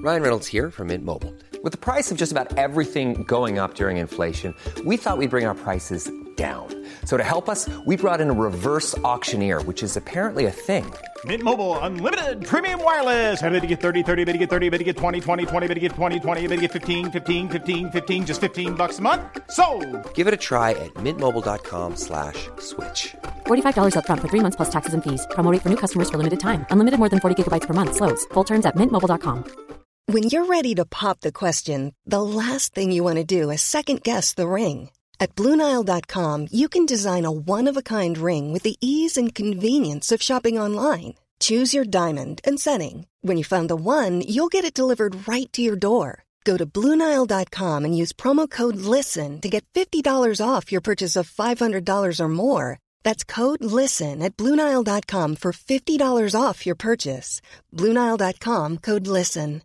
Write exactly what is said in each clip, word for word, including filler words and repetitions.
Ryan Reynolds here from Mint Mobile. With the price of just about everything going up during inflation, we thought we'd bring our prices down. So to help us, we brought in a reverse auctioneer, which is apparently a thing. Mint Mobile Unlimited Premium Wireless. How to get thirty, thirty, how to get thirty, how to get twenty, twenty, twenty, how to get twenty, twenty, how to get fifteen, fifteen, fifteen, fifteen, just fifteen bucks a month? Sold! Give it a try at mintmobile.com slash switch. forty-five dollars up front for three months plus taxes and fees. Promo rate for new customers for limited time. Unlimited more than forty gigabytes per month. Slows full terms at mint mobile dot com. When you're ready to pop the question, the last thing you want to do is second-guess the ring. At Blue Nile dot com, you can design a one-of-a-kind ring with the ease and convenience of shopping online. Choose your diamond and setting. When you find the one, you'll get it delivered right to your door. Go to Blue Nile dot com and use promo code LISTEN to get fifty dollars off your purchase of five hundred dollars or more. That's code LISTEN at Blue Nile dot com for fifty dollars off your purchase. Blue Nile dot com, code LISTEN.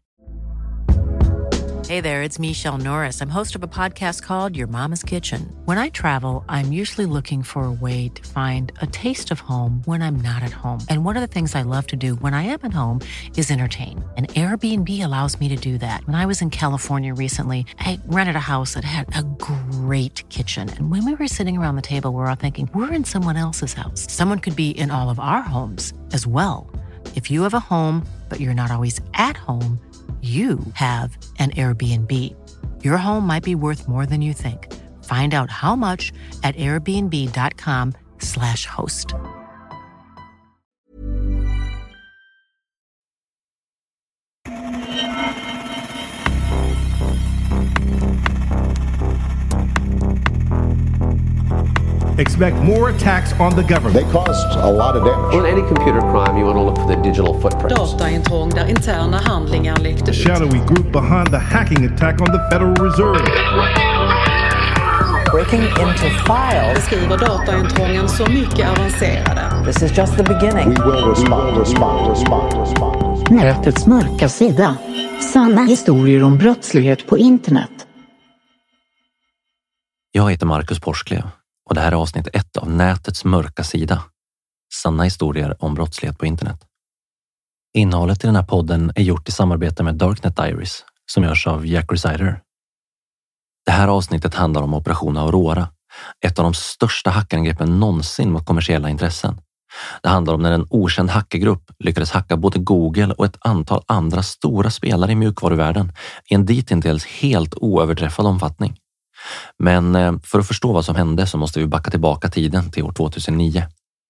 Hey there, it's Michelle Norris. I'm host of a podcast called Your Mama's Kitchen. When I travel, I'm usually looking for a way to find a taste of home when I'm not at home. And one of the things I love to do when I am at home is entertain. And Airbnb allows me to do that. When I was in California recently, I rented a house that had a great kitchen. And when we were sitting around the table, we were all thinking, we're in someone else's house. Someone could be in all of our homes as well. If you have a home, but you're not always at home, you have an Airbnb. Your home might be worth more than you think. Find out how much at airbnb.com slash host. Expect more attacks on the government. They caused a lot of damage. On any computer crime, you want to look for the digital footprints. Dataintrång där interna handlingar läckte ut. Shadowy group behind the hacking attack on the Federal Reserve. Breaking into files. Beskriver dataintrången så mycket avancerade. This is just the beginning. We will respond, respond, respond, respond. Nätets mörka sida. Sanna historier om brottslighet på internet. Jag heter Marcus Porsklev och det här är avsnitt ett av Nätets mörka sida. Sanna historier om brottslighet på internet. Innehållet i den här podden är gjort i samarbete med Darknet Diaries som görs av Jack Resider. Det här avsnittet handlar om Operation Aurora, ett av de största hackerangreppen någonsin mot kommersiella intressen. Det handlar om när en okänd hackergrupp lyckades hacka både Google och ett antal andra stora spelare i mjukvaruvärlden i en dittills helt oöverträffad omfattning. Men för att förstå vad som hände så måste vi backa tillbaka tiden till år tjugohundranio.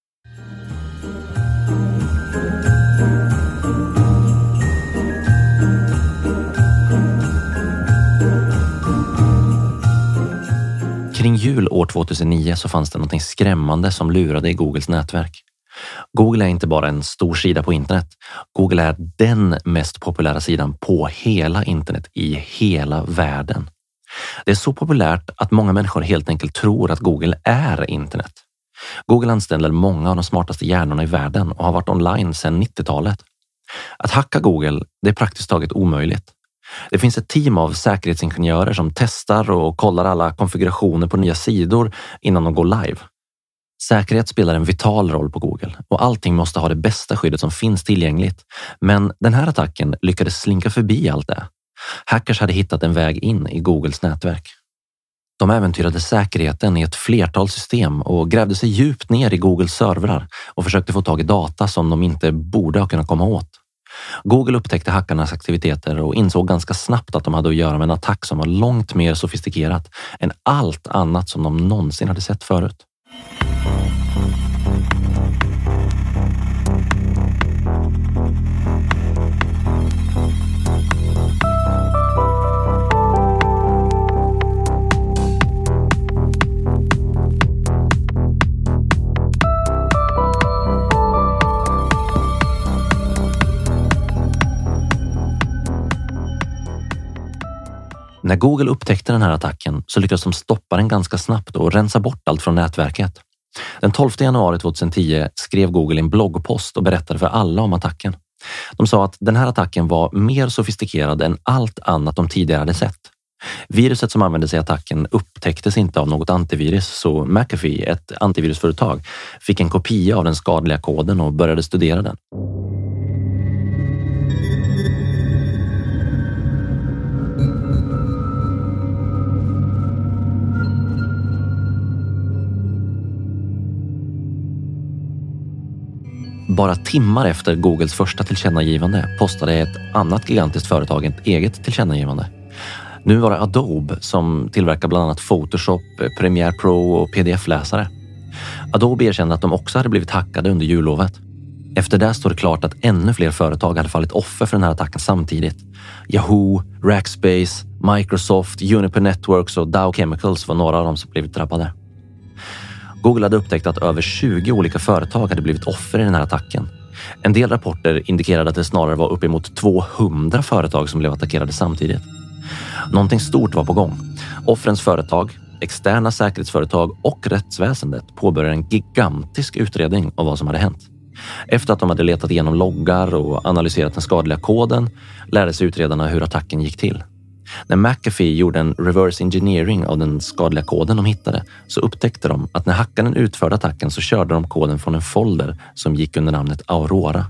Kring jul år tjugohundranio så fanns det något skrämmande som lurade i Googles nätverk. Google är inte bara en stor sida på internet. Google är den mest populära sidan på hela internet i hela världen. Det är så populärt att många människor helt enkelt tror att Google är internet. Google anställer många av de smartaste hjärnorna i världen och har varit online sedan nittiotalet. Att hacka Google, det är praktiskt taget omöjligt. Det finns ett team av säkerhetsingenjörer som testar och kollar alla konfigurationer på nya sidor innan de går live. Säkerhet spelar en vital roll på Google och allting måste ha det bästa skyddet som finns tillgängligt. Men den här attacken lyckades slinka förbi allt det. Hackers hade hittat en väg in i Googles nätverk. De äventyrade säkerheten i ett flertal system och grävde sig djupt ner i Googles servrar och försökte få tag i data som de inte borde ha kunnat komma åt. Google upptäckte hackarnas aktiviteter och insåg ganska snabbt att de hade att göra med en attack som var långt mer sofistikerat än allt annat som de någonsin hade sett förut. När Google upptäckte den här attacken så lyckades de stoppa den ganska snabbt och rensa bort allt från nätverket. Den tolfte januari tjugohundratio skrev Google en bloggpost och berättade för alla om attacken. De sa att den här attacken var mer sofistikerad än allt annat de tidigare hade sett. Viruset som användes i attacken upptäcktes inte av något antivirus, så McAfee, ett antivirusföretag, fick en kopia av den skadliga koden och började studera den. bara timmar efter Googles första tillkännagivande postade ett annat gigantiskt företag ett eget tillkännagivande. Nu var det Adobe som tillverkar bland annat Photoshop, Premiere Pro och P D F-läsare. Adobe erkände att de också hade blivit hackade under jullovet. Efter det står det klart att ännu fler företag hade fallit offer för den här attacken samtidigt. Yahoo, Rackspace, Microsoft, Juniper Networks och Dow Chemicals var några av dem som blivit drabbade. Google hade upptäckt att över tjugo olika företag hade blivit offer i den här attacken. En del rapporter indikerade att det snarare var uppemot tvåhundra företag som blev attackerade samtidigt. Någonting stort var på gång. Offrens företag, externa säkerhetsföretag och rättsväsendet påbörjade en gigantisk utredning av vad som hade hänt. Efter att de hade letat igenom loggar och analyserat den skadliga koden lärde sig utredarna hur attacken gick till. När McAfee gjorde en reverse engineering av den skadliga koden de hittade så upptäckte de att när hackaren utförde attacken så körde de koden från en folder som gick under namnet Aurora.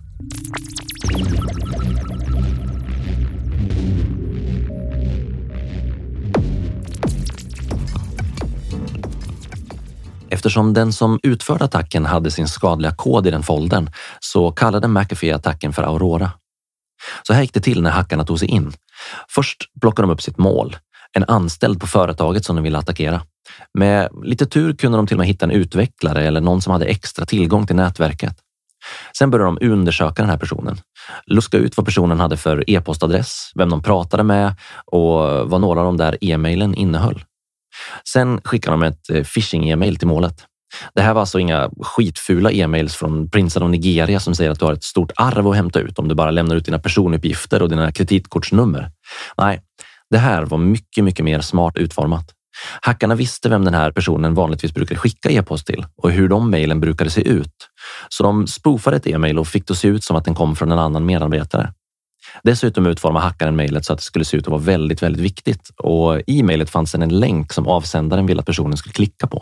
Eftersom den som utförde attacken hade sin skadliga kod i den foldern så kallade McAfee attacken för Aurora. Så här gick det till när hackarna tog sig in. Först plockade de upp sitt mål, en anställd på företaget som de ville attackera. Med lite tur kunde de till och med hitta en utvecklare eller någon som hade extra tillgång till nätverket. Sen började de undersöka den här personen. Luska ut vad personen hade för e-postadress, vem de pratade med och vad några av de där e-mailen innehöll. Sen skickade de ett phishing-e-mail till målet. Det här var alltså inga skitfula e-mails från prinsen av Nigeria som säger att du har ett stort arv att hämta ut om du bara lämnar ut dina personuppgifter och dina kreditkortsnummer. Nej, det här var mycket, mycket mer smart utformat. Hackarna visste vem den här personen vanligtvis brukade skicka e-post till och hur de mejlen brukade se ut. Så de spoofade ett e-mail och fick det se ut som att den kom från en annan medarbetare. Dessutom utformade hackaren mejlet så att det skulle se ut att vara väldigt, väldigt viktigt. Och i mejlet fanns en länk som avsändaren ville att personen skulle klicka på.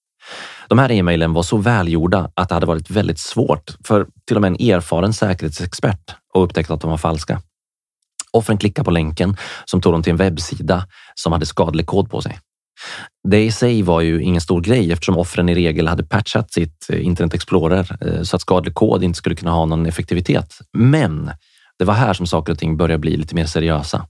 De här e-mailen var så välgjorda att det hade varit väldigt svårt för till och med en erfaren säkerhetsexpert att upptäcka att de var falska. Offren klickade på länken som tog dem till en webbsida som hade skadlig kod på sig. Det i sig var ju ingen stor grej eftersom offren i regel hade patchat sitt Internet Explorer så att skadlig kod inte skulle kunna ha någon effektivitet. Men det var här som saker och ting började bli lite mer seriösa.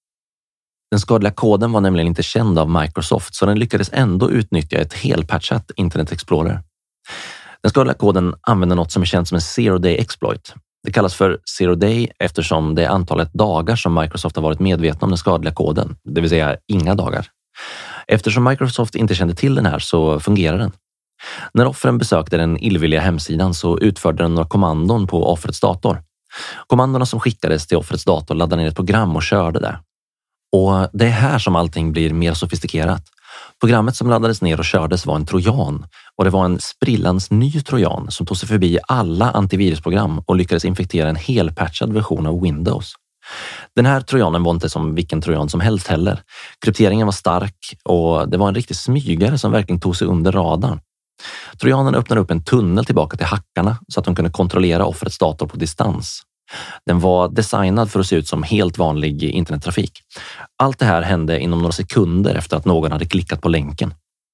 Den skadliga koden var nämligen inte känd av Microsoft så den lyckades ändå utnyttja ett helpatchat Internet Explorer. Den skadliga koden använder något som är känt som en zero day exploit. Det kallas för zero day eftersom det är antalet dagar som Microsoft har varit medvetna om den skadliga koden, det vill säga inga dagar. Eftersom Microsoft inte kände till den här så fungerar den. När offren besökte den illvilliga hemsidan så utförde den några kommandon på offrets dator. Kommandona som skickades till offrets dator laddade ner ett program och körde det. Och det är här som allting blir mer sofistikerat. Programmet som laddades ner och kördes var en trojan och det var en sprillans ny trojan som tog sig förbi alla antivirusprogram och lyckades infektera en helpatchad version av Windows. Den här trojanen var inte som vilken trojan som helst heller. Krypteringen var stark och det var en riktig smygare som verkligen tog sig under radarn. Trojanen öppnade upp en tunnel tillbaka till hackarna så att de kunde kontrollera offrets dator på distans. Den var designad för att se ut som helt vanlig internettrafik. Allt det här hände inom några sekunder efter att någon hade klickat på länken.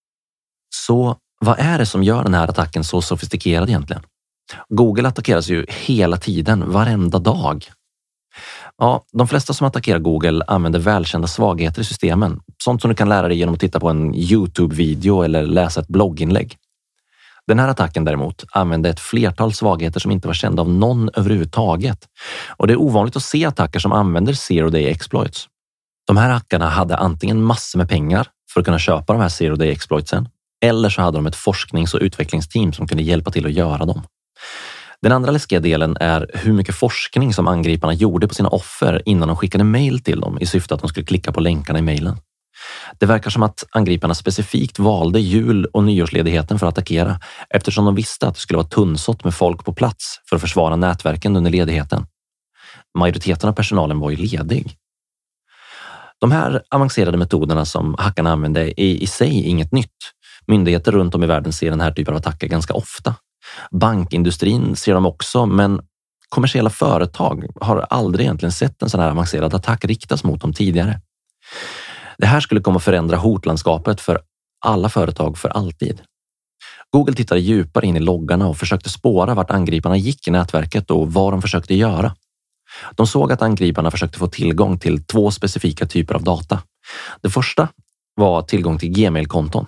Så vad är det som gör den här attacken så sofistikerad egentligen? Google attackeras ju hela tiden, varenda dag. Ja, de flesta som attackerar Google använder välkända svagheter i systemen. Sånt som du kan lära dig genom att titta på en YouTube-video eller läsa ett blogginlägg. Den här attacken däremot använde ett flertal svagheter som inte var kända av någon överhuvudtaget. Och det är ovanligt att se attacker som använder zero day exploits. De här hackarna hade antingen massor med pengar för att kunna köpa de här zero day exploitsen eller så hade de ett forsknings- och utvecklingsteam som kunde hjälpa till att göra dem. Den andra läskiga delen är hur mycket forskning som angriparna gjorde på sina offer innan de skickade mejl till dem i syfte att de skulle klicka på länkarna i mejlen. Det verkar som att angriparna specifikt valde jul- och nyårsledigheten för att attackera eftersom de visste att det skulle vara tunnsått med folk på plats för att försvara nätverken under ledigheten. Majoriteten av personalen var ju ledig. De här avancerade metoderna som hackarna använde är i sig inget nytt. Myndigheter runt om i världen ser den här typen av attacker ganska ofta. Bankindustrin ser dem också, men kommersiella företag har aldrig egentligen sett en sån här avancerad attack riktas mot dem tidigare. Det här skulle komma att förändra hotlandskapet för alla företag för alltid. Google tittade djupare in i loggarna och försökte spåra vart angriparna gick i nätverket och vad de försökte göra. De såg att angriparna försökte få tillgång till två specifika typer av data. Det första var tillgång till Gmail-konton.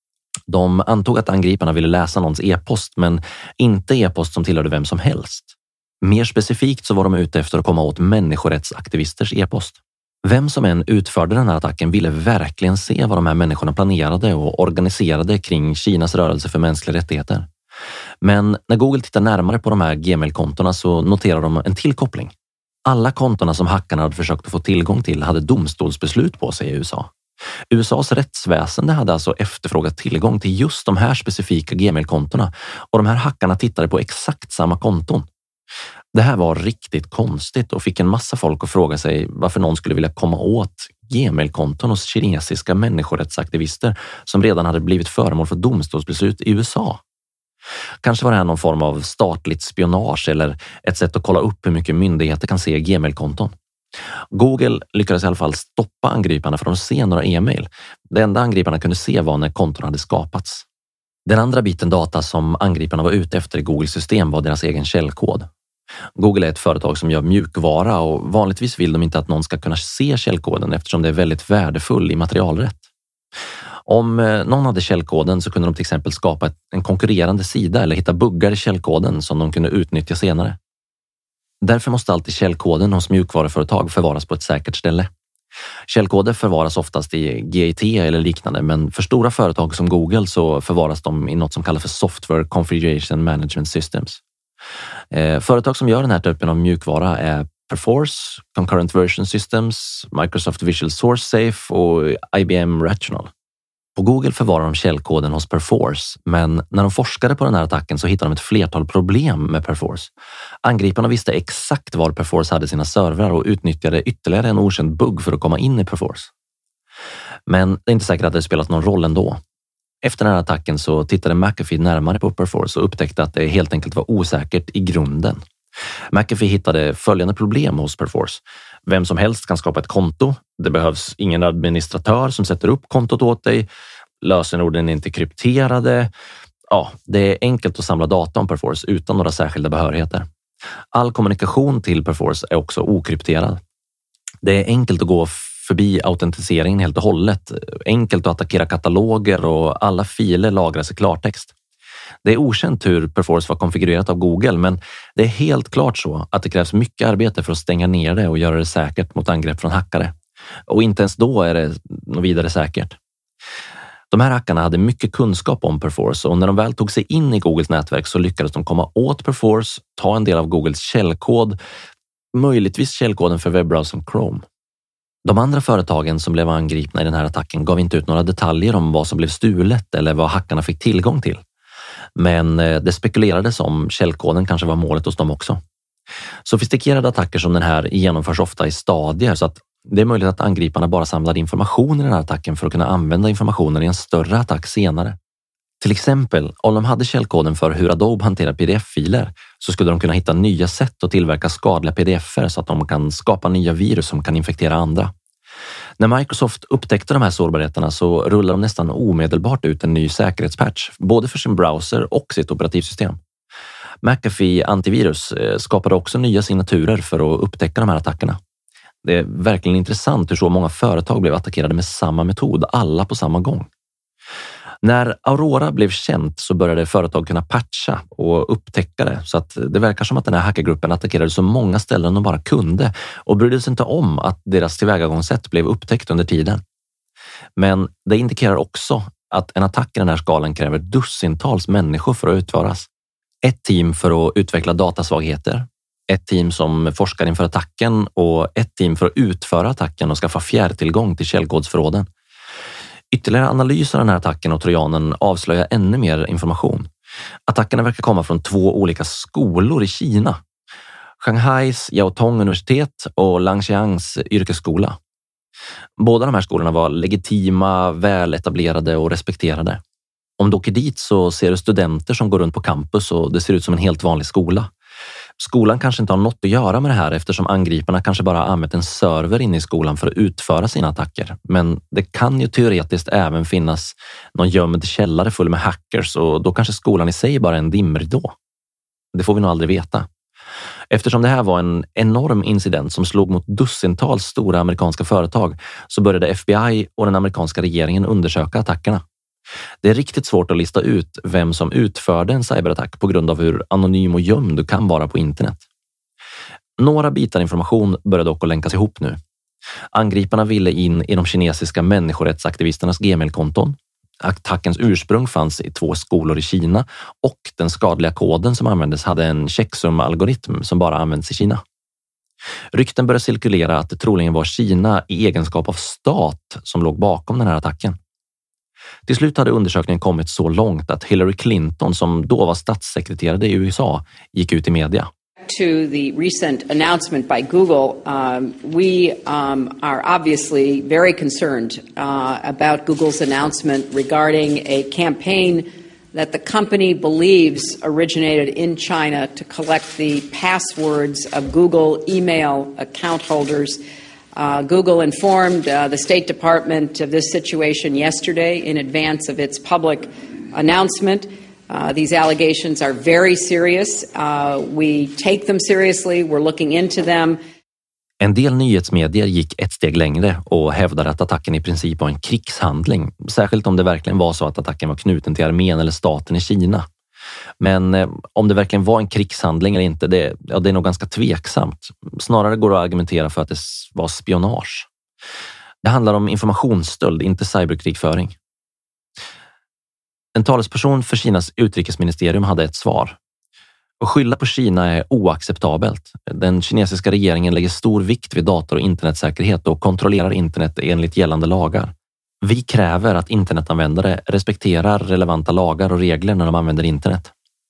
De antog att angriparna ville läsa någons e-post, men inte e-post som tillhörde vem som helst. Mer specifikt så var de ute efter att komma åt människorättsaktivisters e-post. Vem som än utförde den här attacken ville verkligen se vad de här människorna planerade och organiserade kring Kinas rörelse för mänskliga rättigheter. Men när Google tittar närmare på de här Gmail-kontona så noterar de en tillkoppling. Alla kontona som hackarna hade försökt att få tillgång till hade domstolsbeslut på sig i U S A. U S A:s rättsväsende hade alltså efterfrågat tillgång till just de här specifika Gmail-kontona och de här hackarna tittade på exakt samma konton. Det här var riktigt konstigt och fick en massa folk att fråga sig varför någon skulle vilja komma åt Gmail-konton hos kinesiska människorättsaktivister som redan hade blivit föremål för domstolsbeslut i U S A. Kanske var det här någon form av statligt spionage eller ett sätt att kolla upp hur mycket myndigheter kan se Gmail-konton. Google lyckades i alla fall stoppa angriparna från att se några e-mail. Det enda angriparna kunde se var när konton hade skapats. Den andra biten data som angriparna var ute efter i Googles system var deras egen källkod. Google är ett företag som gör mjukvara och vanligtvis vill de inte att någon ska kunna se källkoden eftersom det är väldigt värdefull i materialrätt. Om någon hade källkoden så kunde de till exempel skapa en konkurrerande sida eller hitta buggar i källkoden som de kunde utnyttja senare. Därför måste alltid källkoden hos mjukvaruföretag förvaras på ett säkert ställe. Källkoder förvaras oftast i G I T eller liknande, men för stora företag som Google så förvaras de i något som kallas för Software Configuration Management Systems. Eh, företag som gör den här typen av mjukvara är Perforce, Concurrent Version Systems, Microsoft Visual Source Safe och I B M Rational. På Google förvarar de källkoden hos Perforce, men när de forskade på den här attacken så hittade de ett flertal problem med Perforce. Angriparna visste exakt var Perforce hade sina servrar och utnyttjade ytterligare en okänd bugg för att komma in i Perforce. Men det är inte säkert att det spelat någon roll ändå. Efter den här attacken så tittade McAfee närmare på Perforce och upptäckte att det helt enkelt var osäkert i grunden. McAfee hittade följande problem hos Perforce. Vem som helst kan skapa ett konto. Det behövs ingen administratör som sätter upp kontot åt dig. Lösenorden är inte krypterade. Ja, det är enkelt att samla data om Perforce utan några särskilda behörigheter. All kommunikation till Perforce är också okrypterad. Det är enkelt att gå förbi autentiseringen helt och hållet. Enkelt att attackera kataloger och alla filer lagras i klartext. Det är okänt hur Perforce var konfigurerat av Google, men det är helt klart så att det krävs mycket arbete för att stänga ner det och göra det säkert mot angrepp från hackare. Och inte ens då är det något vidare säkert. De här hackarna hade mycket kunskap om Perforce och när de väl tog sig in i Googles nätverk så lyckades de komma åt Perforce, ta en del av Googles källkod, möjligtvis källkoden för webbrowsern Chrome. De andra företagen som blev angripna i den här attacken gav inte ut några detaljer om vad som blev stulet eller vad hackarna fick tillgång till. Men det spekulerades om källkoden kanske var målet hos dem också. Sofistikerade attacker som den här genomförs ofta i stadier så att det är möjligt att angriparna bara samlade information i den här attacken för att kunna använda informationen i en större attack senare. Till exempel, om de hade källkoden för hur Adobe hanterar P D F-filer så skulle de kunna hitta nya sätt att tillverka skadliga P D F-er så att de kan skapa nya virus som kan infektera andra. När Microsoft upptäckte de här sårbarheterna så rullade de nästan omedelbart ut en ny säkerhetspatch, både för sin browser och sitt operativsystem. McAfee Antivirus skapade också nya signaturer för att upptäcka de här attackerna. Det är verkligen intressant hur så många företag blev attackerade med samma metod, alla på samma gång. När Aurora blev känt så började företag kunna patcha och upptäcka det, så att det verkar som att den här hackergruppen attackerade så många ställen de bara kunde och brydde sig inte om att deras tillvägagångssätt blev upptäckt under tiden. Men det indikerar också att en attack i den här skalan kräver dussintals människor för att utföras. Ett team för att utveckla datasvagheter, ett team som forskar inför attacken och ett team för att utföra attacken och skaffa fjärrtillgång till källkodsförråden. Ytterligare analys av den här attacken och trojanen avslöjar ännu mer information. Attackerna verkar komma från två olika skolor i Kina. Shanghais Jiaotong universitet och Langxiangs yrkesskola. Båda de här skolorna var legitima, väletablerade och respekterade. Om du åker dit så ser du studenter som går runt på campus och det ser ut som en helt vanlig skola. Skolan kanske inte har något att göra med det här eftersom angriparna kanske bara har använt en server inne i skolan för att utföra sina attacker. Men det kan ju teoretiskt även finnas någon gömd källare full med hackers och då kanske skolan i sig bara är en dimridå. Det får vi nog aldrig veta. Eftersom det här var en enorm incident som slog mot dussintals stora amerikanska företag så började F B I och den amerikanska regeringen undersöka attackerna. Det är riktigt svårt att lista ut vem som utförde en cyberattack på grund av hur anonym och gömd du kan vara på internet. Några bitar information började dock att länkas ihop nu. Angriparna ville in i de kinesiska människorättsaktivisternas Gmail-konton. Attackens ursprung fanns i två skolor i Kina och den skadliga koden som användes hade en checksum-algoritm som bara används i Kina. Rykten började cirkulera att det troligen var Kina i egenskap av stat som låg bakom den här attacken. Till slut hade undersökningen kommit så långt att Hillary Clinton, som då var statssekreterare i U S A, gick ut i media. To the recent announcement by Google, um, we um, are obviously very concerned uh, about Google's announcement regarding a campaign that the company believes originated in China to collect the passwords of Google email account holders. Uh, Google informed uh, the State Department of this situation yesterday in advance of its public announcement. Uh, these allegations are very serious. Uh, we take them seriously. We're looking into them. En del nyhetsmedier gick ett steg längre och hävdade att attacken i princip var en krigshandling. Särskilt om det verkligen var så att attacken var knuten till armén eller staten i Kina. Men eh, om det verkligen var en krigshandling eller inte, det, ja, det är nog ganska tveksamt. Snarare går det att argumentera för att det var spionage. Det handlar om informationsstöld, inte cyberkrigföring. En talesperson för Kinas utrikesministerium hade ett svar. Att skylla på Kina är oacceptabelt. Den kinesiska regeringen lägger stor vikt vid dator- och internetsäkerhet och kontrollerar internet enligt gällande lagar. Vi kräver att internetanvändare respekterar relevanta lagar och regler när de använder internet.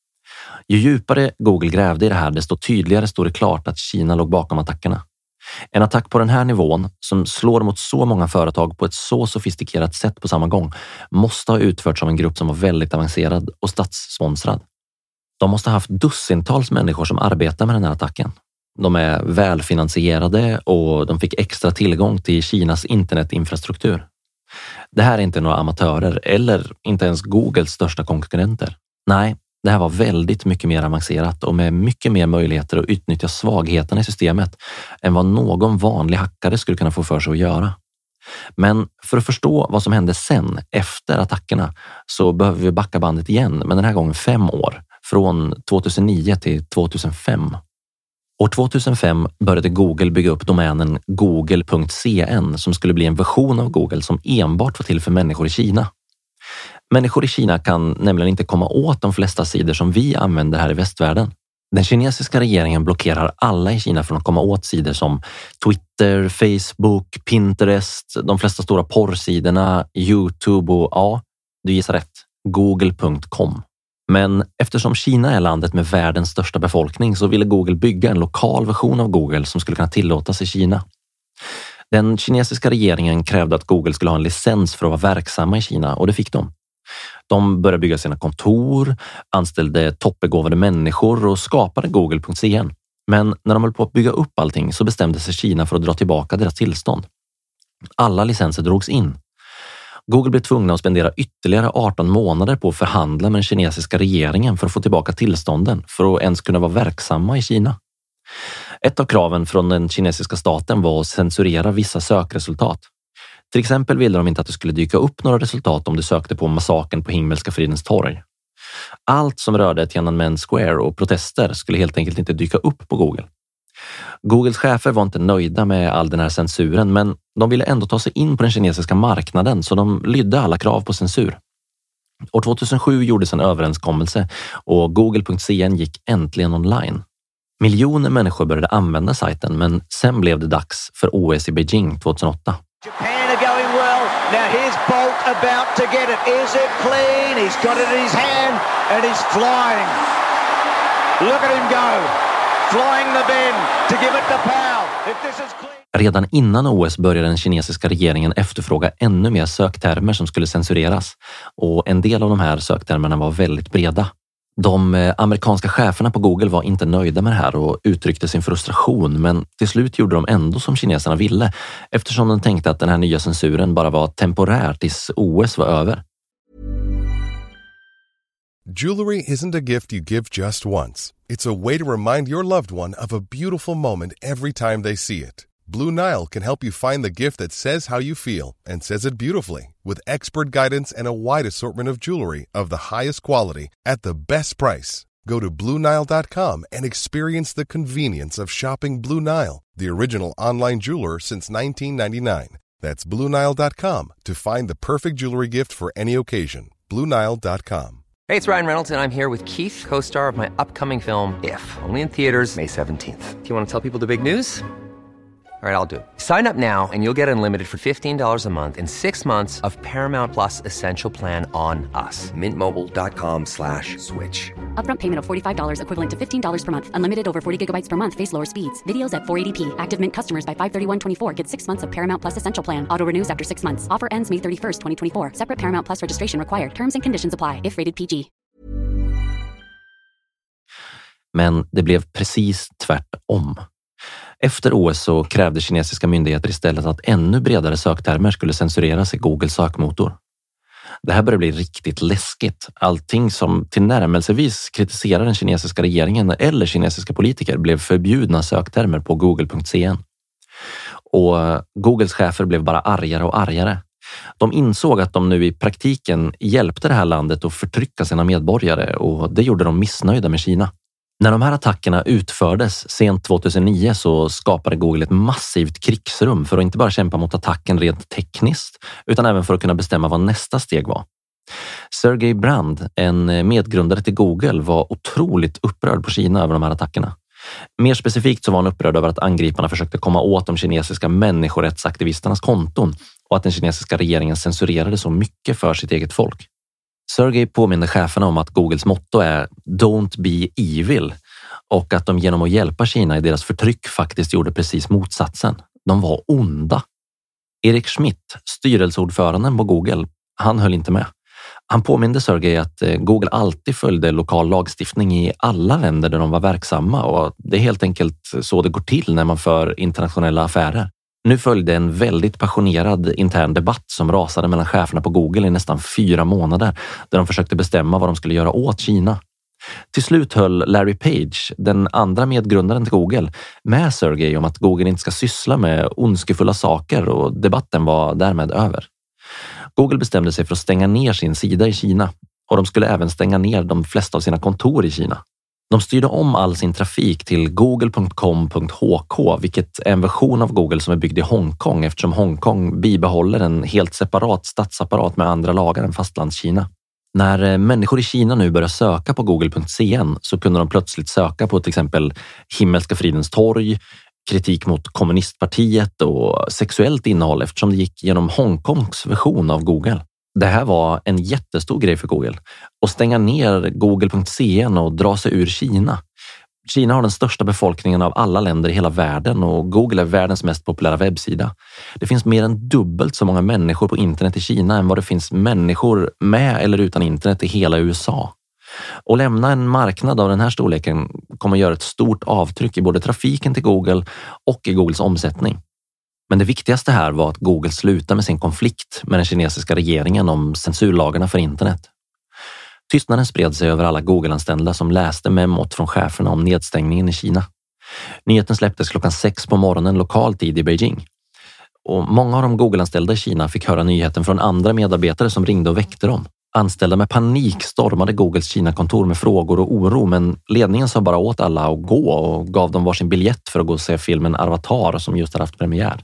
Ju djupare Google grävde i det här, desto tydligare stod det klart att Kina låg bakom attackerna. En attack på den här nivån, som slår mot så många företag på ett så sofistikerat sätt på samma gång, måste ha utförts av en grupp som var väldigt avancerad och statssponsrad. De måste ha haft dussintals människor som arbetar med den här attacken. De är välfinansierade och de fick extra tillgång till Kinas internetinfrastruktur. Det här är inte några amatörer eller inte ens Googles största konkurrenter. Nej, det här var väldigt mycket mer avancerat och med mycket mer möjligheter att utnyttja svagheterna i systemet än vad någon vanlig hackare skulle kunna få för sig att göra. Men för att förstå vad som hände sen, efter attackerna, så behöver vi backa bandet igen, men den här gången fem år, från tjugohundranio till tjugohundrafem. År tjugohundrafem började Google bygga upp domänen google punkt c n som skulle bli en version av Google som enbart var till för människor i Kina. Människor i Kina kan nämligen inte komma åt de flesta sidor som vi använder här i västvärlden. Den kinesiska regeringen blockerar alla i Kina från att komma åt sidor som Twitter, Facebook, Pinterest, de flesta stora porrsidorna, YouTube och ja, du gissar rätt, google punkt com. Men eftersom Kina är landet med världens största befolkning så ville Google bygga en lokal version av Google som skulle kunna tillåtas i Kina. Den kinesiska regeringen krävde att Google skulle ha en licens för att vara verksamma i Kina och det fick de. De började bygga sina kontor, anställde toppbegåvade människor och skapade google punkt c n. Men när de höll på att bygga upp allting så bestämde sig Kina för att dra tillbaka deras tillstånd. Alla licenser drogs in. Google blev tvungna att spendera ytterligare arton månader på att förhandla med den kinesiska regeringen för att få tillbaka tillstånden för att ens kunna vara verksamma i Kina. Ett av kraven från den kinesiska staten var att censurera vissa sökresultat. Till exempel ville de inte att det skulle dyka upp några resultat om du sökte på massakern på Himmelska fridens torg. Allt som rörde Tiananmen Square och protester skulle helt enkelt inte dyka upp på Google. Googles chefer var inte nöjda med all den här censuren, men de ville ändå ta sig in på den kinesiska marknaden så de lydde alla krav på censur. År tjugohundrasju gjordes en överenskommelse och google punkt c n gick äntligen online. Miljoner människor började använda sajten, men sen blev det dags för O S i Beijing tjugohundraåtta. Japan are going well. Now here's Bolt about to get it. Is it clean? He's got it in his hand and he's flying. Look at him go. Flying the bend to give it the power. If this is clean. Redan innan O S började den kinesiska regeringen efterfråga ännu mer söktermer som skulle censureras och en del av de här söktermerna var väldigt breda. De amerikanska cheferna på Google var inte nöjda med det här och uttryckte sin frustration, men till slut gjorde de ändå som kineserna ville eftersom de tänkte att den här nya censuren bara var temporär tills O S var över. Jewelry isn't a gift you give just once. It's a way to remind your loved one of a beautiful moment every time they see it. Blue Nile can help you find the gift that says how you feel and says it beautifully with expert guidance and a wide assortment of jewelry of the highest quality at the best price. Go to blue nile dot com and experience the convenience of shopping Blue Nile, the original online jeweler since nineteen ninety-nine. That's blue nile dot com to find the perfect jewelry gift for any occasion. blue nile dot com. Hey, it's Ryan Reynolds, and I'm here with Keith, co-star of my upcoming film, If, only in theaters May seventeenth. Do you want to tell people the big news? All right, I'll do it. Sign up now and you'll get unlimited for fifteen dollars a month and six months of Paramount Plus Essential Plan on us. Mint Mobile dot com slash switch. Upfront payment of forty-five dollars equivalent to fifteen dollars per month. Unlimited over forty gigabytes per month. Face lower speeds. Videos at four eighty p. Active Mint customers by five thirty-one twenty-four get six months of Paramount Plus Essential Plan. Auto renews after six months. Offer ends May thirty-first, twenty twenty-four. Separate Paramount Plus registration required. Terms and conditions apply if rated P G. Men det blev precis tvärtom. Efter O S så krävde kinesiska myndigheter istället att ännu bredare söktermer skulle censureras i Googles sökmotor. Det här börjar bli riktigt läskigt. Allting som tillnärmelsevis kritiserar den kinesiska regeringen eller kinesiska politiker blev förbjudna söktermer på google punkt c n. Och Googles chefer blev bara argare och argare. De insåg att de nu i praktiken hjälpte det här landet att förtrycka sina medborgare och det gjorde de missnöjda med Kina. När de här attackerna utfördes sent tjugohundranio så skapade Google ett massivt krigsrum för att inte bara kämpa mot attacken rent tekniskt utan även för att kunna bestämma vad nästa steg var. Sergey Brin, en medgrundare till Google, var otroligt upprörd på Kina över de här attackerna. Mer specifikt så var han upprörd över att angriparna försökte komma åt de kinesiska människorättsaktivisternas konton och att den kinesiska regeringen censurerade så mycket för sitt eget folk. Sergey påminner cheferna om att Googles motto är Don't be evil och att de genom att hjälpa Kina i deras förtryck faktiskt gjorde precis motsatsen. De var onda. Erik Schmidt, styrelseordföranden på Google, han höll inte med. Han påminde Sergey att Google alltid följde lokal lagstiftning i alla länder där de var verksamma och det är helt enkelt så det går till när man för internationella affärer. Nu följde en väldigt passionerad intern debatt som rasade mellan cheferna på Google i nästan fyra månader där de försökte bestämma vad de skulle göra åt Kina. Till slut höll Larry Page, den andra medgrundaren till Google, med Sergey om att Google inte ska syssla med ondskefulla saker och debatten var därmed över. Google bestämde sig för att stänga ner sin sida i Kina och de skulle även stänga ner de flesta av sina kontor i Kina. De styrde om all sin trafik till google punkt com punkt h k, vilket är en version av Google som är byggd i Hongkong eftersom Hongkong bibehåller en helt separat statsapparat med andra lagar än fastlandskina. När människor i Kina nu börjar söka på google punkt c n så kunde de plötsligt söka på till exempel Himmelska fridens torg, kritik mot kommunistpartiet och sexuellt innehåll eftersom det gick genom Hongkongs version av Google. Det här var en jättestor grej för Google. Att stänga ner google punkt c n och dra sig ur Kina. Kina har den största befolkningen av alla länder i hela världen och Google är världens mest populära webbsida. Det finns mer än dubbelt så många människor på internet i Kina än vad det finns människor med eller utan internet i hela U S A. Och lämna en marknad av den här storleken kommer att göra ett stort avtryck i både trafiken till Google och i Googles omsättning. Men det viktigaste här var att Google slutade med sin konflikt med den kinesiska regeringen om censurlagarna för internet. Tystnaden spred sig över alla Google-anställda som läste memot från cheferna om nedstängningen i Kina. Nyheten släpptes klockan sex på morgonen lokal tid i Beijing. Och många av de Google-anställda i Kina fick höra nyheten från andra medarbetare som ringde och väckte dem. Anställda med panik stormade Googles Kina-kontor med frågor och oro, men ledningen sa bara åt alla att gå och gav dem varsin biljett för att gå och se filmen Avatar som just hade haft premiär.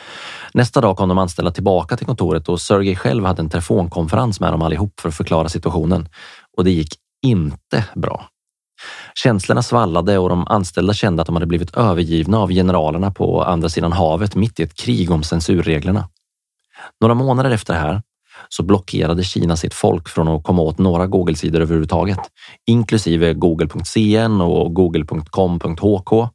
Nästa dag kom de anställda tillbaka till kontoret och Sergey själv hade en telefonkonferens med dem allihop för att förklara situationen. Och det gick inte bra. Känslorna svallade och de anställda kände att de hade blivit övergivna av generalerna på andra sidan havet mitt i ett krig om censurreglerna. Några månader efter det här så blockerade Kina sitt folk från att komma åt några Google-sidor överhuvudtaget, inklusive google punkt c n och google punkt com punkt h k.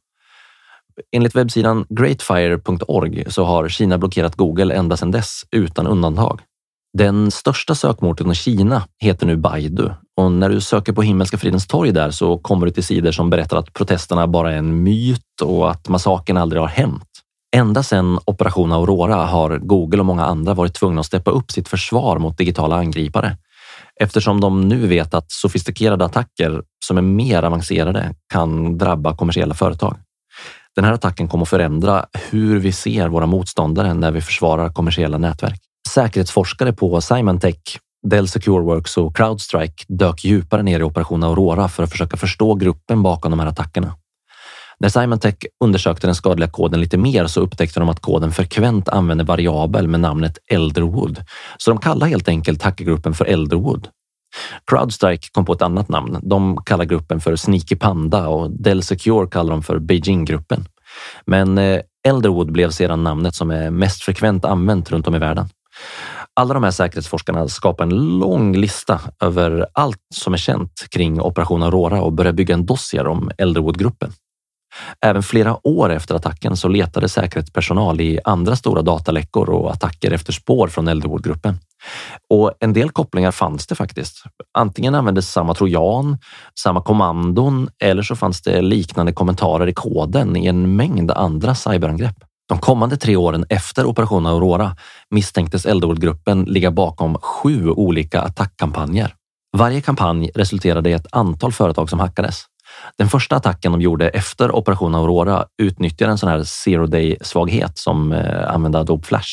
Enligt webbsidan greatfire punkt org så har Kina blockerat Google ända sedan dess utan undantag. Den största sökmotorn i Kina heter nu Baidu Och när du söker på Himmelska fridens torg där så kommer du till sidor som berättar att protesterna bara är en myt och att massakern aldrig har hänt. Ända sedan Operation Aurora har Google och många andra varit tvungna att steppa upp sitt försvar mot digitala angripare. Eftersom de nu vet att sofistikerade attacker som är mer avancerade kan drabba kommersiella företag. Den här attacken kommer att förändra hur vi ser våra motståndare när vi försvarar kommersiella nätverk. Säkerhetsforskare på Symantec, Dell SecureWorks och CrowdStrike dök djupare ner i Operation Aurora för att försöka förstå gruppen bakom de här attackerna. När Symantec undersökte den skadliga koden lite mer så upptäckte de att koden frekvent använder variabel med namnet Elderwood. Så de kallar helt enkelt hackergruppen för Elderwood. CrowdStrike kom på ett annat namn. De kallar gruppen för Sneaky Panda och Dell Secure kallar de för Beijing-gruppen. Men Elderwood blev sedan namnet som är mest frekvent använt runt om i världen. Alla de här säkerhetsforskarna skapar en lång lista över allt som är känt kring Operation Aurora och börjar bygga en dossier om Elderwood-gruppen. Även flera år efter attacken så letade säkerhetspersonal i andra stora dataläckor och attacker efter spår från Elderwood-gruppen. Och en del kopplingar fanns det faktiskt. Antingen användes samma trojan, samma kommandon eller så fanns det liknande kommentarer i koden i en mängd andra cyberangrepp. De kommande tre åren efter Operation Aurora misstänktes Elderwood-gruppen ligga bakom sju olika attackkampanjer. Varje kampanj resulterade i ett antal företag som hackades. Den första attacken de gjorde efter Operation Aurora utnyttjade en sån här zero-day-svaghet som eh, använde Adobe Flash.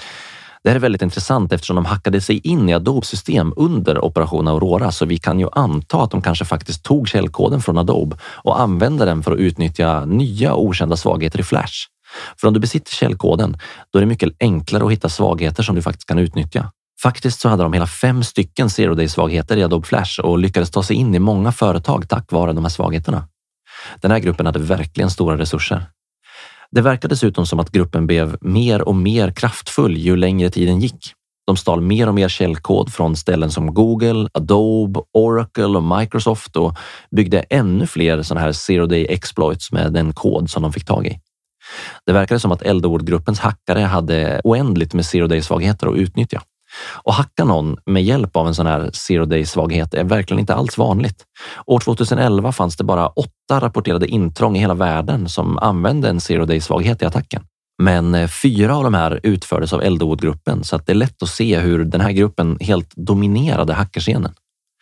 Det här är väldigt intressant eftersom de hackade sig in i Adobes system under Operation Aurora, så vi kan ju anta att de kanske faktiskt tog källkoden från Adobe och använde den för att utnyttja nya okända svagheter i Flash. För om du besitter källkoden, då är det mycket enklare att hitta svagheter som du faktiskt kan utnyttja. Faktiskt så hade de hela fem stycken zero-day-svagheter i Adobe Flash och lyckades ta sig in i många företag tack vare de här svagheterna. Den här gruppen hade verkligen stora resurser. Det verkade dessutom som att gruppen blev mer och mer kraftfull ju längre tiden gick. De stal mer och mer källkod från ställen som Google, Adobe, Oracle och Microsoft och byggde ännu fler sådana här zero-day exploits med den kod som de fick tag i. Det verkade som att Elderwood-gruppens hackare hade oändligt med zero-day-svagheter att utnyttja. Och hacka någon med hjälp av en sån här zero-day-svaghet är verkligen inte alls vanligt. År tjugoelva fanns det bara åtta rapporterade intrång i hela världen som använde en zero-day-svaghet i attacken. Men fyra av de här utfördes av Elderwood-gruppen, så att det är lätt att se hur den här gruppen helt dominerade hackerscenen.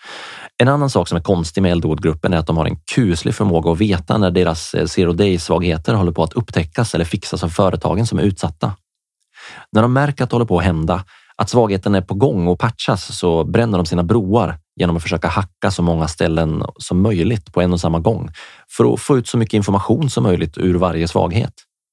En annan sak som är konstig med Elderwood-gruppen är att de har en kuslig förmåga att veta när deras zero-day-svagheter håller på att upptäckas eller fixas av företagen som är utsatta. När de märker att det håller på att hända, att svagheten är på gång och patchas, så bränner de sina broar genom att försöka hacka så många ställen som möjligt på en och samma gång för att få ut så mycket information som möjligt ur varje svaghet.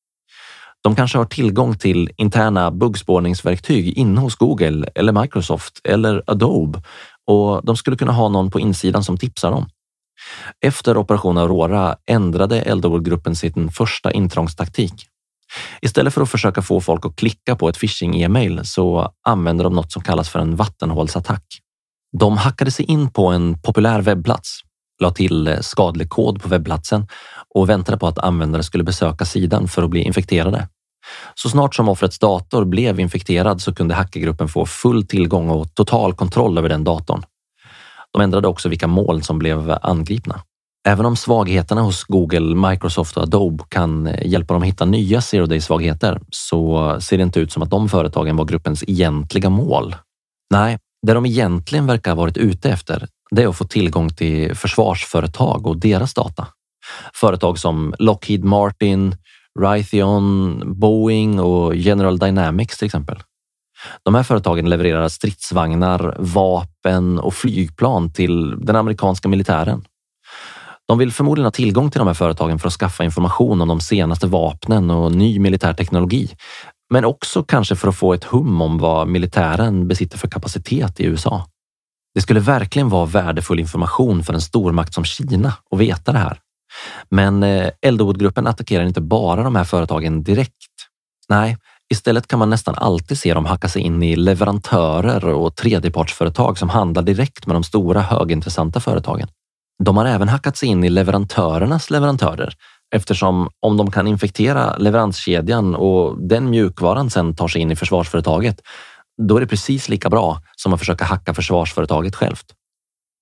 De kanske har tillgång till interna buggspårningsverktyg inne hos Google eller Microsoft eller Adobe och de skulle kunna ha någon på insidan som tipsar dem. Efter Operation Aurora ändrade Elderwood-gruppen sin första intrångstaktik. Istället för att försöka få folk att klicka på ett phishing-e-mail så använder de något som kallas för en vattenhålsattack. De hackade sig in på en populär webbplats, la till skadlig kod på webbplatsen och väntade på att användare skulle besöka sidan för att bli infekterade. Så snart som offrets dator blev infekterad så kunde hackergruppen få full tillgång och total kontroll över den datorn. De ändrade också vilka moln som blev angripna. Även om svagheterna hos Google, Microsoft och Adobe kan hjälpa dem att hitta nya zero-day-svagheter så ser det inte ut som att de företagen var gruppens egentliga mål. Nej, det de egentligen verkar ha varit ute efter, det är att få tillgång till försvarsföretag och deras data. Företag som Lockheed Martin, Raytheon, Boeing och General Dynamics till exempel. De här företagen levererar stridsvagnar, vapen och flygplan till den amerikanska militären. De vill förmodligen ha tillgång till de här företagen för att skaffa information om de senaste vapnen och ny militär teknologi. Men också kanske för att få ett hum om vad militären besitter för kapacitet i U S A. Det skulle verkligen vara värdefull information för en stormakt som Kina att veta det här. Men Elderwood-gruppen attackerar inte bara de här företagen direkt. Nej, istället kan man nästan alltid se dem hacka sig in i leverantörer och tredjepartsföretag som handlar direkt med de stora högintressanta företagen. De har även hackat sig in i leverantörernas leverantörer eftersom om de kan infektera leveranskedjan och den mjukvaran sen tar sig in i försvarsföretaget, då är det precis lika bra som att försöka hacka försvarsföretaget självt.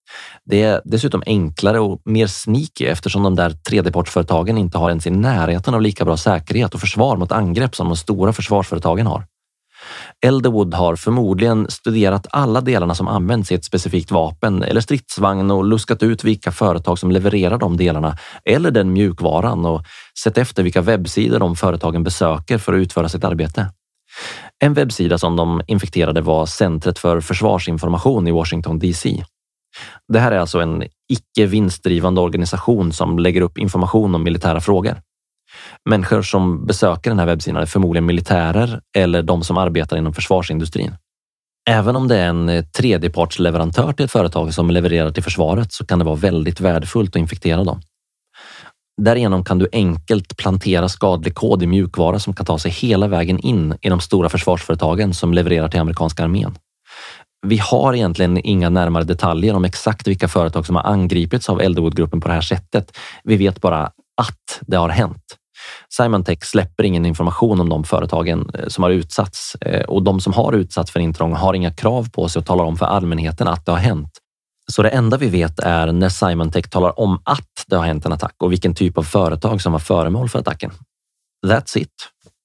Det är dessutom enklare och mer sneaky eftersom de där tredjepartsföretagen inte har ens i närheten av lika bra säkerhet och försvar mot angrepp som de stora försvarsföretagen har. Elderwood har förmodligen studerat alla delarna som används i ett specifikt vapen eller stridsvagn och luskat ut vilka företag som levererar de delarna eller den mjukvaran och sett efter vilka webbsidor de företagen besöker för att utföra sitt arbete. En webbsida som de infekterade var Centret för försvarsinformation i Washington D C. Det här är alltså en icke-vinstdrivande organisation som lägger upp information om militära frågor. Människor som besöker den här webbsidan är förmodligen militärer eller de som arbetar inom försvarsindustrin. Även om det är en tredjepartsleverantör till ett företag som levererar till försvaret så kan det vara väldigt värdefullt att infektera dem. Därigenom kan du enkelt plantera skadlig kod i mjukvara som kan ta sig hela vägen in i de stora försvarsföretagen som levererar till amerikanska armén. Vi har egentligen inga närmare detaljer om exakt vilka företag som har angripits av Elderwood-gruppen på det här sättet. Vi vet bara att det har hänt. Symantec släpper ingen information om de företagen som har utsatts och de som har utsatts för intrång har inga krav på sig att tala om för allmänheten att det har hänt. Så det enda vi vet är när Symantec talar om att det har hänt en attack och vilken typ av företag som var föremål för attacken. That's it.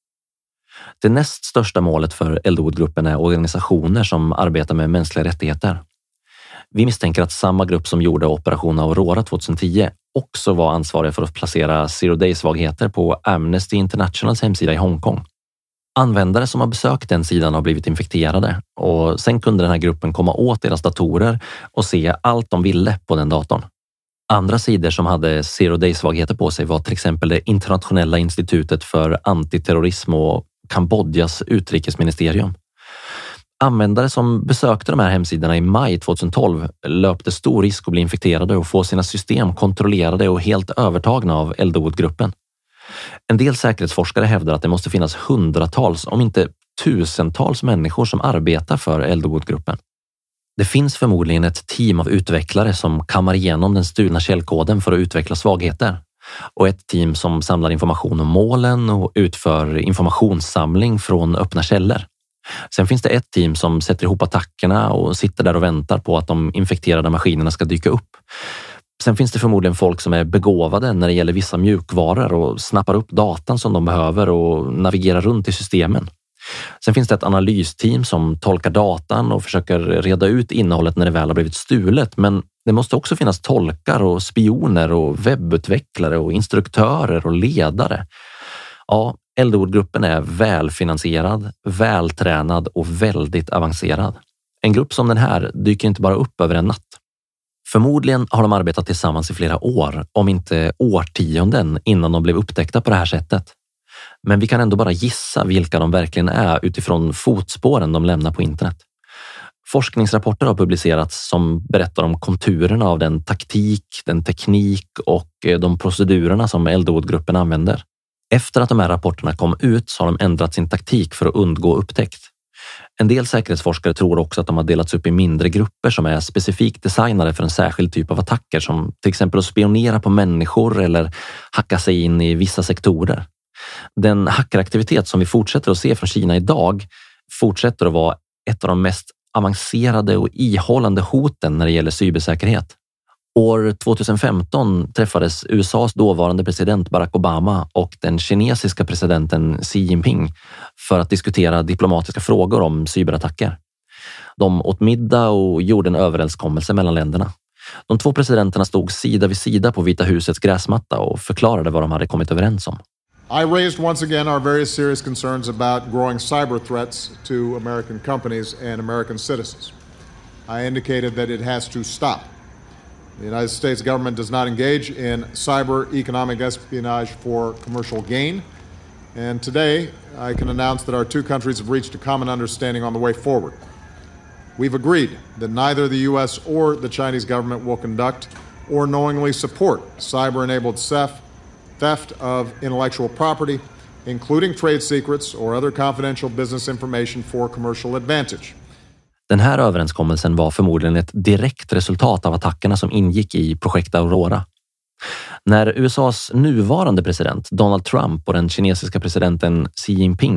Det näst största målet för Elderwood-gruppen är organisationer som arbetar med mänskliga rättigheter. Vi misstänker att samma grupp som gjorde Operation Aurora tjugohundratio också var ansvariga för att placera Zero Day-svagheter på Amnesty Internationals hemsida i Hongkong. Användare som har besökt den sidan har blivit infekterade och sen kunde den här gruppen komma åt deras datorer och se allt de ville på den datorn. Andra sidor som hade Zero Day-svagheter på sig var till exempel det Internationella institutet för antiterrorism och Kambodjas utrikesministerium. Användare som besökte de här hemsidorna i maj tjugohundratolv löpte stor risk att bli infekterade och få sina system kontrollerade och helt övertagna av Elderwood-gruppen. En del säkerhetsforskare hävdar att det måste finnas hundratals, om inte tusentals människor som arbetar för Elderwood-gruppen. Det finns förmodligen ett team av utvecklare som kammar igenom den stulna källkoden för att utveckla svagheter. Och ett team som samlar information om målen och utför informationssamling från öppna källor. Sen finns det ett team som sätter ihop attackerna och sitter där och väntar på att de infekterade maskinerna ska dyka upp. Sen finns det förmodligen folk som är begåvade när det gäller vissa mjukvaror och snappar upp datan som de behöver och navigerar runt i systemen. Sen finns det ett analysteam som tolkar datan och försöker reda ut innehållet när det väl har blivit stulet. Men det måste också finnas tolkar och spioner och webbutvecklare och instruktörer och ledare. Ja, Elderwood-gruppen är välfinansierad, vältränad och väldigt avancerad. En grupp som den här dyker inte bara upp över en natt. Förmodligen har de arbetat tillsammans i flera år, om inte årtionden innan de blev upptäckta på det här sättet. Men vi kan ändå bara gissa vilka de verkligen är utifrån fotspåren de lämnar på internet. Forskningsrapporter har publicerats som berättar om konturerna av den taktik, den teknik och de procedurerna som Elderwood-gruppen använder. Efter att de här rapporterna kom ut så har de ändrat sin taktik för att undgå upptäckt. En del säkerhetsforskare tror också att de har delats upp i mindre grupper som är specifikt designade för en särskild typ av attacker som till exempel att spionera på människor eller hacka sig in i vissa sektorer. Den hackeraktivitet som vi fortsätter att se från Kina idag fortsätter att vara ett av de mest avancerade och ihållande hoten när det gäller cybersäkerhet. År tjugohundrafemton träffades U S A:s dåvarande president Barack Obama och den kinesiska presidenten Xi Jinping för att diskutera diplomatiska frågor om cyberattacker. De åt middag och gjorde en överenskommelse mellan länderna. De två presidenterna stod sida vid sida på Vita husets gräsmatta och förklarade vad de hade kommit överens om. I raised once again our very serious concerns about growing cyber threats to American companies and American citizens. I indicated that it has to stop. The United States government does not engage in cyber economic espionage for commercial gain. And today, I can announce that our two countries have reached a common understanding on the way forward. We've agreed that neither the U S or the Chinese government will conduct or knowingly support cyber-enabled theft, theft of intellectual property, including trade secrets or other confidential business information for commercial advantage. Den här överenskommelsen var förmodligen ett direkt resultat av attackerna som ingick i projekt Aurora. När U S A:s nuvarande president Donald Trump och den kinesiska presidenten Xi Jinping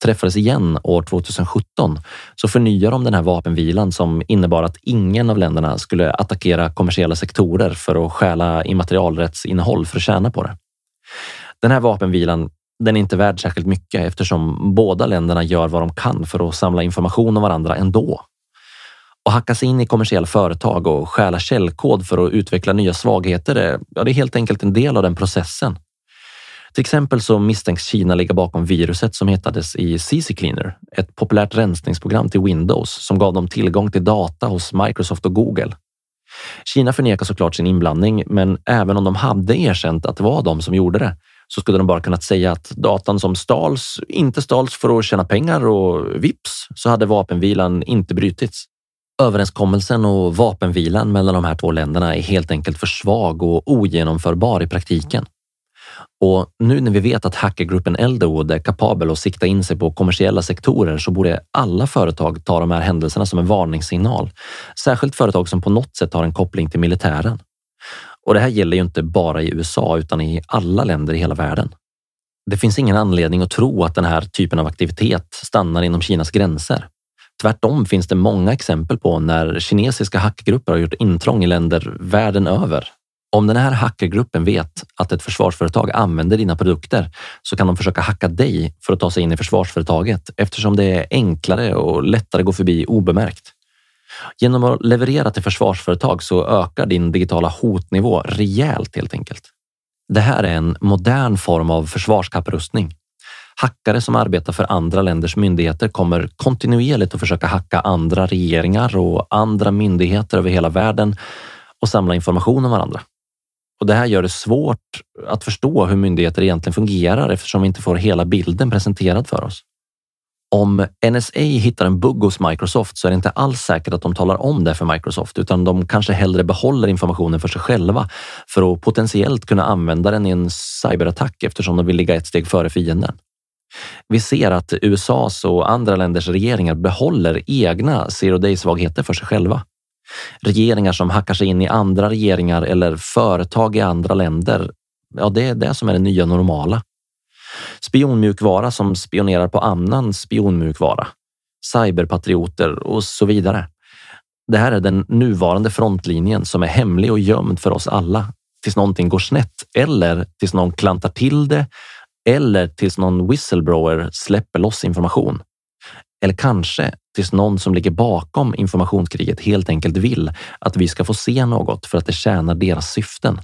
träffades igen år tjugohundrasjutton så förnyade de den här vapenvilan som innebar att ingen av länderna skulle attackera kommersiella sektorer för att stjäla immaterialrättsinnehåll för att tjäna på det. Den här vapenvilan, den är inte värd särskilt mycket eftersom båda länderna gör vad de kan för att samla information om varandra ändå. Och hacka sig in i kommersiella företag och stjäla källkod för att utveckla nya svagheter är, ja, det är helt enkelt en del av den processen. Till exempel så misstänks Kina ligga bakom viruset som hittades i C C Cleaner, ett populärt rensningsprogram till Windows som gav dem tillgång till data hos Microsoft och Google. Kina förnekar såklart sin inblandning, men även om de hade erkänt att det var de som gjorde det så skulle de bara kunnat säga att datan som stals inte stals för att tjäna pengar och vips så hade vapenvilan inte brutits. Överenskommelsen och vapenvilan mellan de här två länderna är helt enkelt för svag och ogenomförbar i praktiken. Och nu när vi vet att hackergruppen Elderwood är kapabel att sikta in sig på kommersiella sektorer så borde alla företag ta de här händelserna som en varningssignal. Särskilt företag som på något sätt har en koppling till militären. Och det här gäller ju inte bara i U S A utan i alla länder i hela världen. Det finns ingen anledning att tro att den här typen av aktivitet stannar inom Kinas gränser. Tvärtom finns det många exempel på när kinesiska hackergrupper har gjort intrång i länder världen över. Om den här hackergruppen vet att ett försvarsföretag använder dina produkter så kan de försöka hacka dig för att ta sig in i försvarsföretaget eftersom det är enklare och lättare att gå förbi obemärkt. Genom att leverera till försvarsföretag så ökar din digitala hotnivå rejält helt enkelt. Det här är en modern form av försvarskapprustning. Hackare som arbetar för andra länders myndigheter kommer kontinuerligt att försöka hacka andra regeringar och andra myndigheter över hela världen och samla information om varandra. Och det här gör det svårt att förstå hur myndigheter egentligen fungerar eftersom vi inte får hela bilden presenterad för oss. Om N S A hittar en bugg hos Microsoft så är det inte alls säkert att de talar om det för Microsoft utan de kanske hellre behåller informationen för sig själva för att potentiellt kunna använda den i en cyberattack eftersom de vill ligga ett steg före fienden. Vi ser att U S A:s och andra länders regeringar behåller egna zero-day-svagheter för sig själva. Regeringar som hackar sig in i andra regeringar eller företag i andra länder, ja det är det som är det nya normala. Spionmjukvara som spionerar på annan spionmjukvara, cyberpatrioter och så vidare. Det här är den nuvarande frontlinjen som är hemlig och gömd för oss alla tills någonting går snett eller tills någon klantar till det eller tills någon whistleblower släpper loss information. Eller kanske tills någon som ligger bakom informationskriget helt enkelt vill att vi ska få se något för att det tjänar deras syften.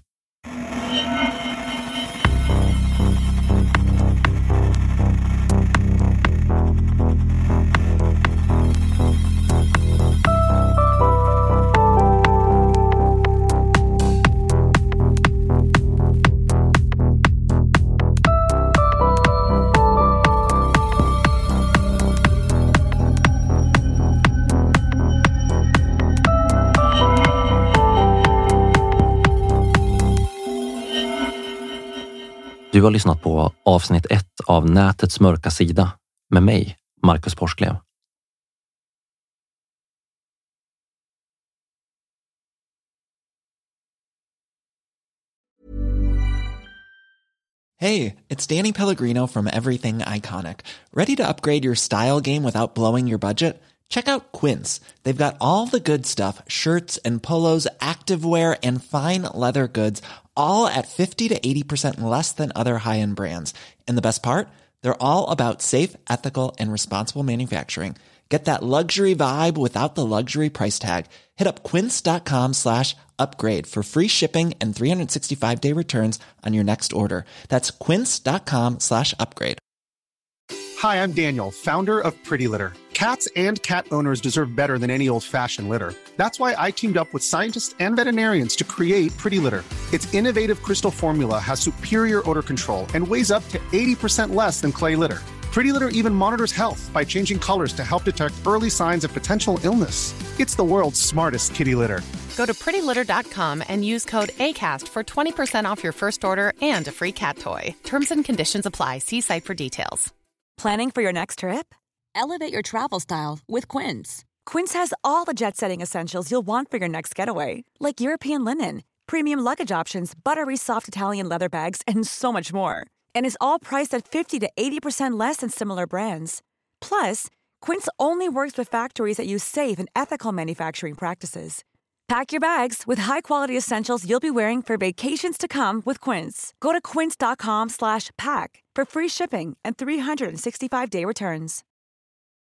Du har lyssnat på avsnitt ett av Nätets mörka sida med mig, Marcus Porsklev. Hey, it's Danny Pellegrino from Everything Iconic. Ready to upgrade your style game without blowing your budget? Check out Quince. They've got all the good stuff, shirts and polos, activewear and fine leather goods, all at fifty to eighty percent less than other high-end brands. And the best part? They're all about safe, ethical, and responsible manufacturing. Get that luxury vibe without the luxury price tag. Hit up quince.com slash upgrade for free shipping and three sixty-five day returns on your next order. That's quince.com slash upgrade. Hi, I'm Daniel, founder of Pretty Litter. Cats and cat owners deserve better than any old-fashioned litter. That's why I teamed up with scientists and veterinarians to create Pretty Litter. Its innovative crystal formula has superior odor control and weighs up to eighty percent less than clay litter. Pretty Litter even monitors health by changing colors to help detect early signs of potential illness. It's the world's smartest kitty litter. Go to pretty litter dot com and use code ACAST for twenty percent off your first order and a free cat toy. Terms and conditions apply. See site for details. Planning for your next trip? Elevate your travel style with Quince. Quince has all the jet-setting essentials you'll want for your next getaway, like European linen, premium luggage options, buttery soft Italian leather bags, and so much more. And is all priced at fifty to eighty percent less than similar brands. Plus, Quince only works with factories that use safe and ethical manufacturing practices. Pack your bags with high-quality essentials you'll be wearing for vacations to come with Quince. Go to quince dot com slash pack for free shipping and three sixty-five day returns.